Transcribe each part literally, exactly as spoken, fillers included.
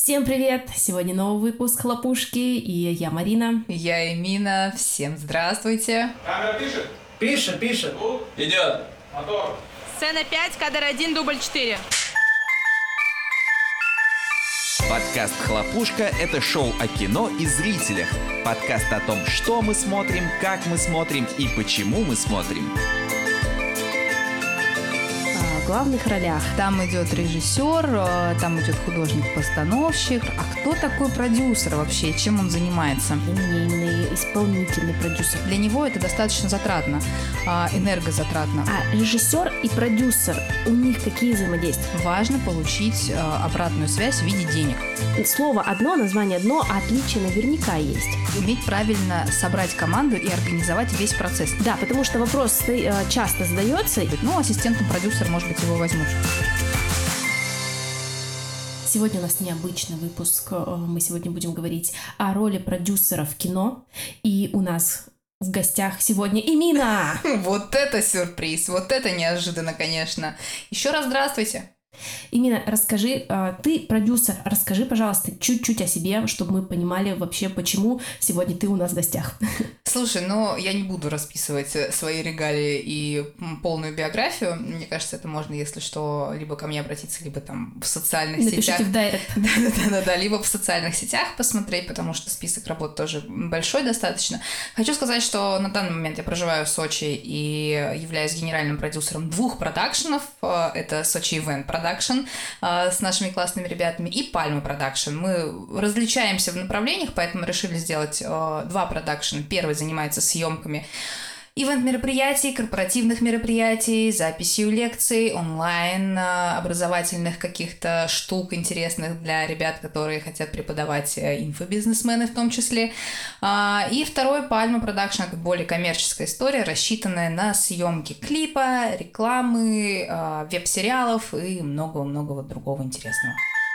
Всем привет! Сегодня новый выпуск «Хлопушки», и я Марина. Я Эмина. Всем здравствуйте. Камера пишет? Пишет, пишет. Ну, идет. Мотор. Сцена пять, кадр один, дубль четыре. Подкаст «Хлопушка» — это шоу о кино и зрителях. Подкаст о том, что мы смотрим, как мы смотрим и почему мы смотрим. В главных ролях Там идет режиссер, там идет художник-постановщик. А кто такой продюсер вообще? Чем он занимается? линейный, исполнительный продюсер. Для него это достаточно затратно, энергозатратно. А режиссер и продюсер, у них какие взаимодействия? Важно получить обратную связь в виде денег. Слово одно, название одно, а отличие наверняка есть. Уметь правильно собрать команду и организовать весь процесс. Да, потому что вопрос э, часто задается. Ну, ассистентом продюсера, может быть, его возьмут. Сегодня у нас необычный выпуск. Мы сегодня будем говорить о роли продюсера в кино. И у нас в гостях сегодня Эмина. Вот это сюрприз, вот это неожиданно, конечно. Еще раз здравствуйте. Эмина, расскажи, ты продюсер, расскажи, пожалуйста, чуть-чуть о себе, чтобы мы понимали вообще, почему сегодня ты у нас в гостях. Слушай, ну я не буду расписывать свои регалии и полную биографию. Мне кажется, это можно, если что, либо ко мне обратиться, либо там в социальных Напишите сетях. в дайрект. Да-да-да, либо в социальных сетях посмотреть, потому что список работ тоже большой достаточно. Хочу сказать, что на данный момент я проживаю в Сочи и являюсь генеральным продюсером двух продакшенов. Это Сочи Ивент Продакшн с нашими классными ребятами и Пальма Продакшн. Мы различаемся в направлениях, поэтому решили сделать два продакшена. Первый занимается съемками ивент-мероприятий, корпоративных мероприятий, записью лекций, онлайн, образовательных каких-то штук интересных для ребят, которые хотят преподавать, инфобизнесмены в том числе. И второй Пальма Продакшн — это более коммерческая история, рассчитанная на съемки клипа, рекламы, веб-сериалов и много-много другого интересного.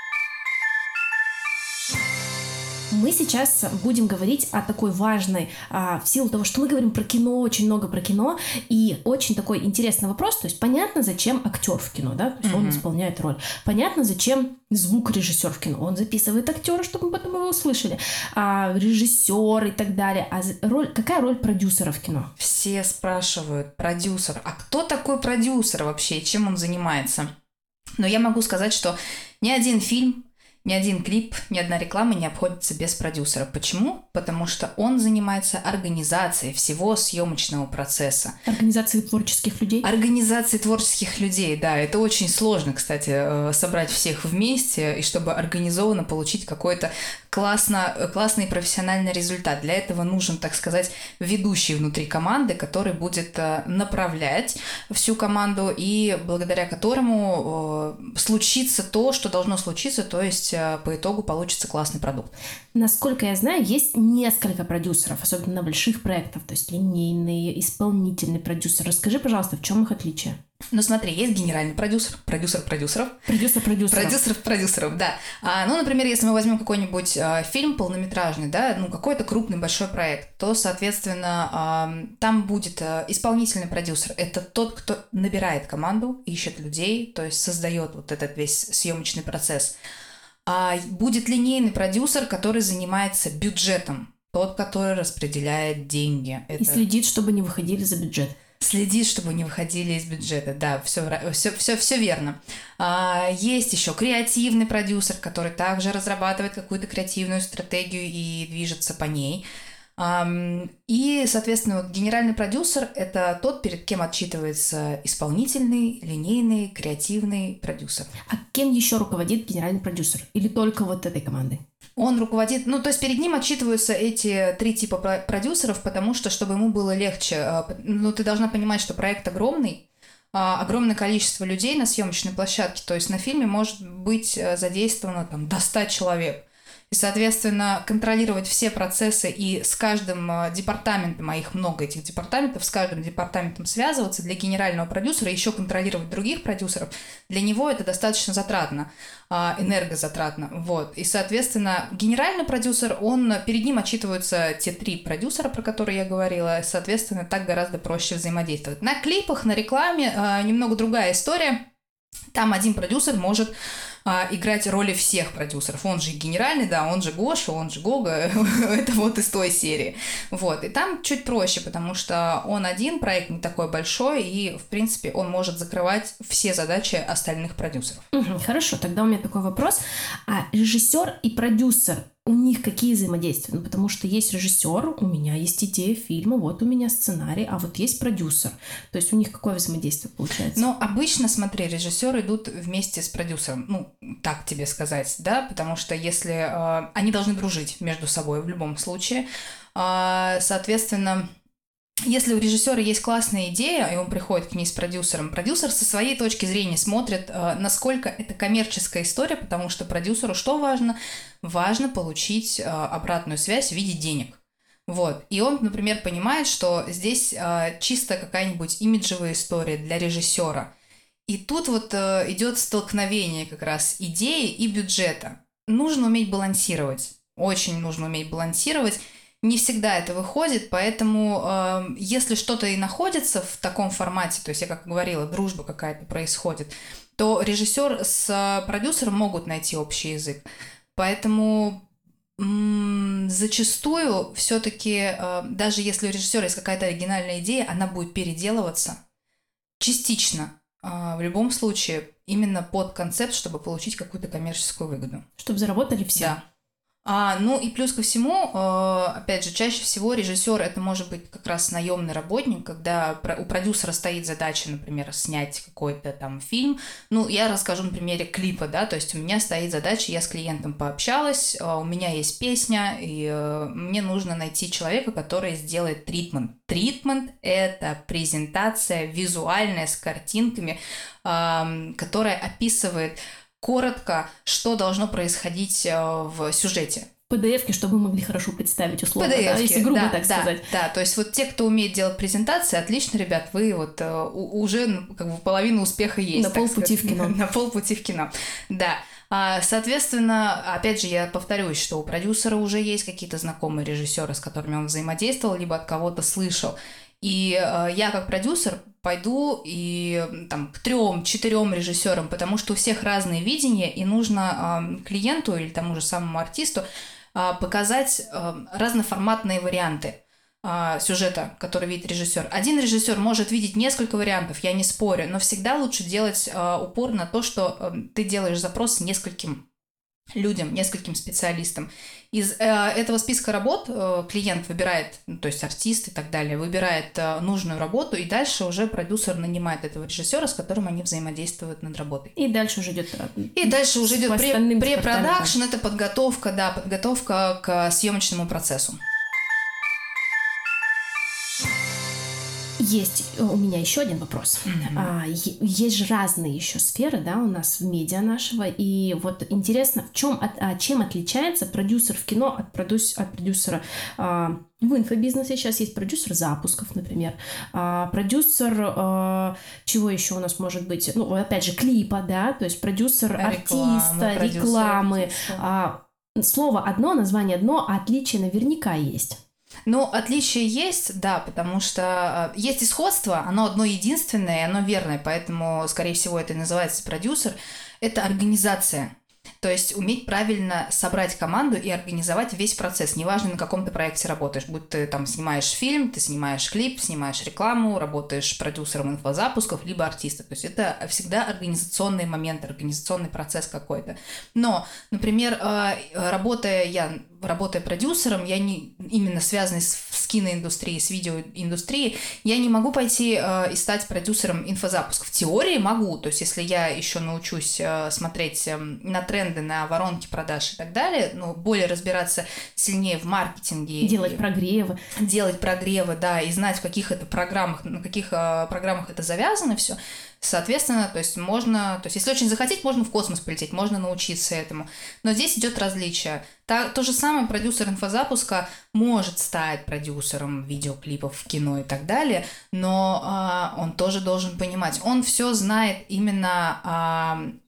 Мы сейчас будем говорить о такой важной, а, в силу того, что мы говорим про кино, очень много про кино, и очень такой интересный вопрос, то есть понятно, зачем актер в кино, да, то есть mm-hmm. он исполняет роль, понятно, зачем звукорежиссер в кино, он записывает актера, чтобы мы потом его услышали, а, режиссер и так далее, а роль, какая роль продюсера в кино? Все спрашивают, продюсер, а кто такой продюсер вообще, и чем он занимается? Но я могу сказать, что ни один фильм, ни один клип, ни одна реклама не обходится без продюсера. Почему? Потому что он занимается организацией всего съемочного процесса. Организацией творческих людей? Организацией творческих людей, да. Это очень сложно, кстати, собрать всех вместе, и чтобы организованно получить какой-то классно, классный профессиональный результат. Для этого нужен, так сказать, ведущий внутри команды, который будет направлять всю команду, и благодаря которому случится то, что должно случиться, то есть по итогу получится классный продукт. Насколько я знаю, есть несколько продюсеров, особенно на больших проектах, то есть линейный, исполнительный продюсер. Расскажи, пожалуйста, в чем их отличие? Ну смотри, есть генеральный продюсер, продюсер продюсеров. Продюсер продюсеров. Продюсеров продюсеров, да. А, ну, например, если мы возьмем какой-нибудь а, фильм полнометражный, да, ну, какой-то крупный большой проект, то, соответственно, а, там будет а, исполнительный продюсер. Это тот, кто набирает команду, ищет людей, то есть создает вот этот весь съемочный процесс. А будет линейный продюсер, который занимается бюджетом, тот, который распределяет деньги. Это... И следит, чтобы не выходили за бюджет. Следит, чтобы не выходили из бюджета, да, все, все, все, все верно. А, есть еще креативный продюсер, который также разрабатывает какую-то креативную стратегию и движется по ней. И, соответственно, вот генеральный продюсер – это тот, перед кем отчитывается исполнительный, линейный, креативный продюсер. А кем еще руководит генеральный продюсер? Или только вот этой командой? Он руководит, ну, то есть перед ним отчитываются эти три типа продюсеров, потому что, чтобы ему было легче, ну, ты должна понимать, что проект огромный, огромное количество людей на съемочной площадке, то есть на фильме может быть задействовано там до ста человек. И, соответственно, контролировать все процессы и с каждым департаментом, а их много, этих департаментов, с каждым департаментом связываться для генерального продюсера, еще контролировать других продюсеров, для него это достаточно затратно, энергозатратно. Вот. И, соответственно, генеральный продюсер, он, перед ним отчитываются те три продюсера, про которые я говорила, и, соответственно, так гораздо проще взаимодействовать. На клипах, на рекламе немного другая история. Там один продюсер может а, играть роли всех продюсеров. Он же генеральный, да, он же Гоша, он же Гога, это вот из той серии. Вот, и там чуть проще, потому что он один, проект не такой большой, и, в принципе, он может закрывать все задачи остальных продюсеров. Угу, хорошо, тогда у меня такой вопрос. А режиссер и продюсер, у них какие взаимодействия? Ну, потому что есть режиссер, у меня есть идея фильма, вот у меня сценарий, а вот есть продюсер. То есть у них какое взаимодействие получается? Ну, обычно, смотри, режиссеры идут вместе с продюсером, ну, так тебе сказать, да, потому что если... Э, они должны дружить между собой в любом случае. Э, соответственно... Если у режиссера есть классная идея, и он приходит к ней с продюсером, продюсер со своей точки зрения смотрит, э, насколько это коммерческая история, потому что продюсеру что важно? Важно получить э, обратную связь в виде денег. Вот. И он, например, понимает, что здесь э, чисто какая-нибудь имиджевая история для режиссера. И тут вот э, идет столкновение как раз идеи и бюджета. Нужно уметь балансировать. Очень нужно уметь балансировать. Не всегда это выходит, поэтому э, если что-то и находится в таком формате, то есть я как говорила, дружба какая-то происходит, то режиссер с продюсером могут найти общий язык. Поэтому м- зачастую все-таки, э, даже если у режиссера есть какая-то оригинальная идея, она будет переделываться частично. Э, в любом случае, именно под концепт, чтобы получить какую-то коммерческую выгоду. Чтобы заработали все. Да. А, ну и плюс ко всему, э, опять же, чаще всего режиссер это может быть как раз наемный работник, когда у продюсера стоит задача, например, снять какой-то там фильм. Ну, я расскажу на примере клипа, да, то есть у меня стоит задача, я с клиентом пообщалась, э, у меня есть песня, и э, мне нужно найти человека, который сделает тритмент. Тритмент – это презентация визуальная с картинками, э, которая описывает коротко, что должно происходить э, в сюжете. пи ди эф-ки, чтобы мы могли хорошо представить условно, пи ди эф-ки, да, если грубо да, так да, сказать. Да, то есть вот те, кто умеет делать презентации, отлично, ребят, вы вот э, уже как бы половина успеха есть. На полпути в кино. На полпути в кино, да. Соответственно, опять же, я повторюсь, что у продюсера уже есть какие-то знакомые режиссеры, с которыми он взаимодействовал, либо от кого-то слышал. И э, я как продюсер пойду и там, к трем-четырем режиссерам, потому что у всех разные видения, и нужно э, клиенту или тому же самому артисту э, показать э, разноформатные варианты э, сюжета, который видит режиссер. Один режиссер может видеть несколько вариантов, я не спорю, но всегда лучше делать э, упор на то, что э, ты делаешь запрос нескольким людям, нескольким специалистам. Из э, этого списка работ э, клиент выбирает, ну, то есть артист и так далее, выбирает э, нужную работу, и дальше уже продюсер нанимает этого режиссера, с которым они взаимодействуют над работой. И дальше уже идет... И дальше уже идет препродакшн, это подготовка, да, подготовка к съемочному процессу. Есть у меня еще один вопрос. Mm-hmm. А, есть же разные еще сферы, да, у нас в медиа нашего, и вот интересно, в чем, от, а, чем отличается продюсер в кино от, продюс, от продюсера а, в инфобизнесе? Сейчас есть продюсер запусков, например, а, продюсер, а, чего еще у нас может быть? Ну, опять же, клипа, да, то есть продюсер рекламы, артиста, продюсер рекламы. Артиста. А, слово одно, название одно, а отличие наверняка есть. Ну, отличие есть, да, потому что есть и сходство, оно одно единственное, и оно верное, поэтому, скорее всего, это и называется продюсер. Это организация. То есть уметь правильно собрать команду и организовать весь процесс. Неважно, на каком ты проекте работаешь. Будь ты там снимаешь фильм, ты снимаешь клип, снимаешь рекламу, работаешь продюсером инфозапусков, либо артистом. То есть это всегда организационный момент, организационный процесс какой-то. Но, например, работая я, работая продюсером, я не именно связанный с, с киноиндустрией, с видеоиндустрией, я не могу пойти и стать продюсером инфозапусков. В теории могу. То есть если я еще научусь смотреть на тренды, на воронки продаж и так далее, ну, более разбираться сильнее в маркетинге. Делать прогревы. Делать прогревы, да, и знать, в каких это программах, на каких э, программах это завязано все. Соответственно, то есть можно, то есть если очень захотеть, можно в космос полететь, можно научиться этому. Но здесь идет различие. Та, то же самое продюсер инфозапуска может стать продюсером видеоклипов в кино и так далее, но э, он тоже должен понимать, он все знает именно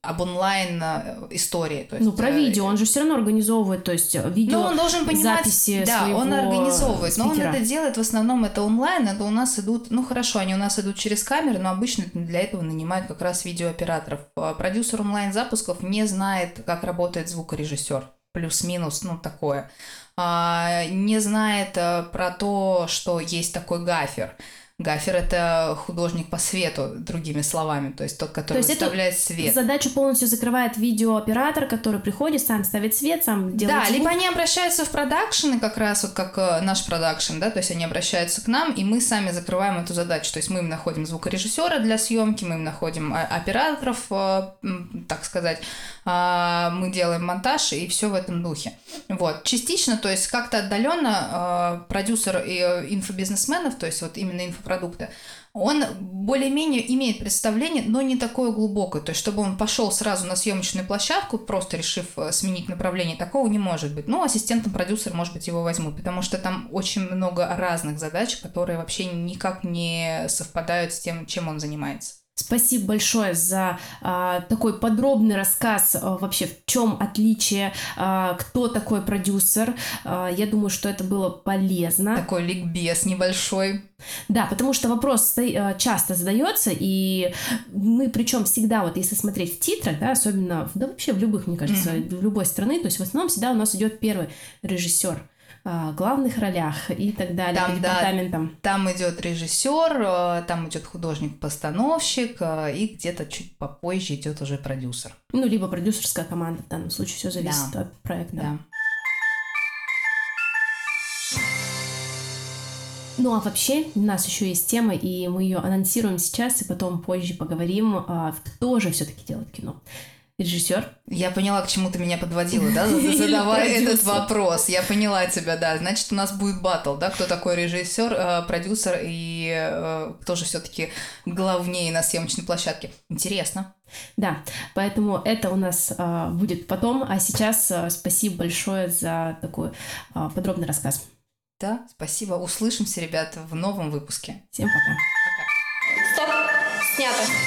об онлайн истории. То есть, ну, про видео, он же все равно организовывает, то есть видео, ну, он должен понимать, записи да, своего он организовывает, но он спикера. это делает в основном это онлайн, это у нас идут, ну хорошо, они у нас идут через камеры, но обычно для этого нанимают как раз видеооператоров. Продюсер онлайн-запусков не знает, как работает звукорежиссер, плюс-минус, ну такое. Не знает про то, что есть такой гафер. Гафер — это художник по свету, другими словами, то есть тот, который то выставляет свет. Задачу полностью закрывает видеооператор, который приходит, сам ставит свет, сам делает Да, звук. либо они обращаются в продакшены, как раз вот как наш продакшн, да, то есть они обращаются к нам, и мы сами закрываем эту задачу, то есть мы им находим звукорежиссера для съемки, мы им находим операторов, так сказать, мы делаем монтаж и все в этом духе. Вот, частично, то есть как-то отдаленно продюсер инфобизнесменов, то есть вот именно инфопродукта, он более-менее имеет представление, но не такое глубокое. То есть, чтобы он пошел сразу на съемочную площадку, просто решив сменить направление, такого не может быть. Ну, ассистентом продюсера, может быть, его возьмут, потому что там очень много разных задач, которые вообще никак не совпадают с тем, чем он занимается. Спасибо большое за а, такой подробный рассказ а, вообще, в чем отличие, а, кто такой продюсер. А, я думаю, что это было полезно. Такой ликбез небольшой. Да, потому что вопрос часто задается, и мы, причем всегда, вот если смотреть в титрах, да, особенно, да вообще в любых, мне кажется, mm-hmm. в любой страны, то есть в основном всегда у нас идет первый режиссер. Главных ролях и так далее, там, по департаментам. Да, там идет режиссер, там идет художник-постановщик, и где-то чуть попозже идет уже продюсер. Ну, либо продюсерская команда, в данном случае все зависит да. от проекта. Да. Ну, а вообще, у нас еще есть тема, и мы ее анонсируем сейчас, и потом позже поговорим, кто же все-таки делает кино. Режиссер. Я поняла, к чему ты меня подводила, да, задавая этот вопрос. Я поняла тебя, да. Значит, у нас будет баттл, да, кто такой режиссер, продюсер и кто же все-таки главнее на съемочной площадке. Интересно. Да, поэтому это у нас а, будет потом, а сейчас а, спасибо большое за такой а, подробный рассказ. Да, спасибо. Услышимся, ребята, в новом выпуске. Всем пока. Пока. Стоп, снято.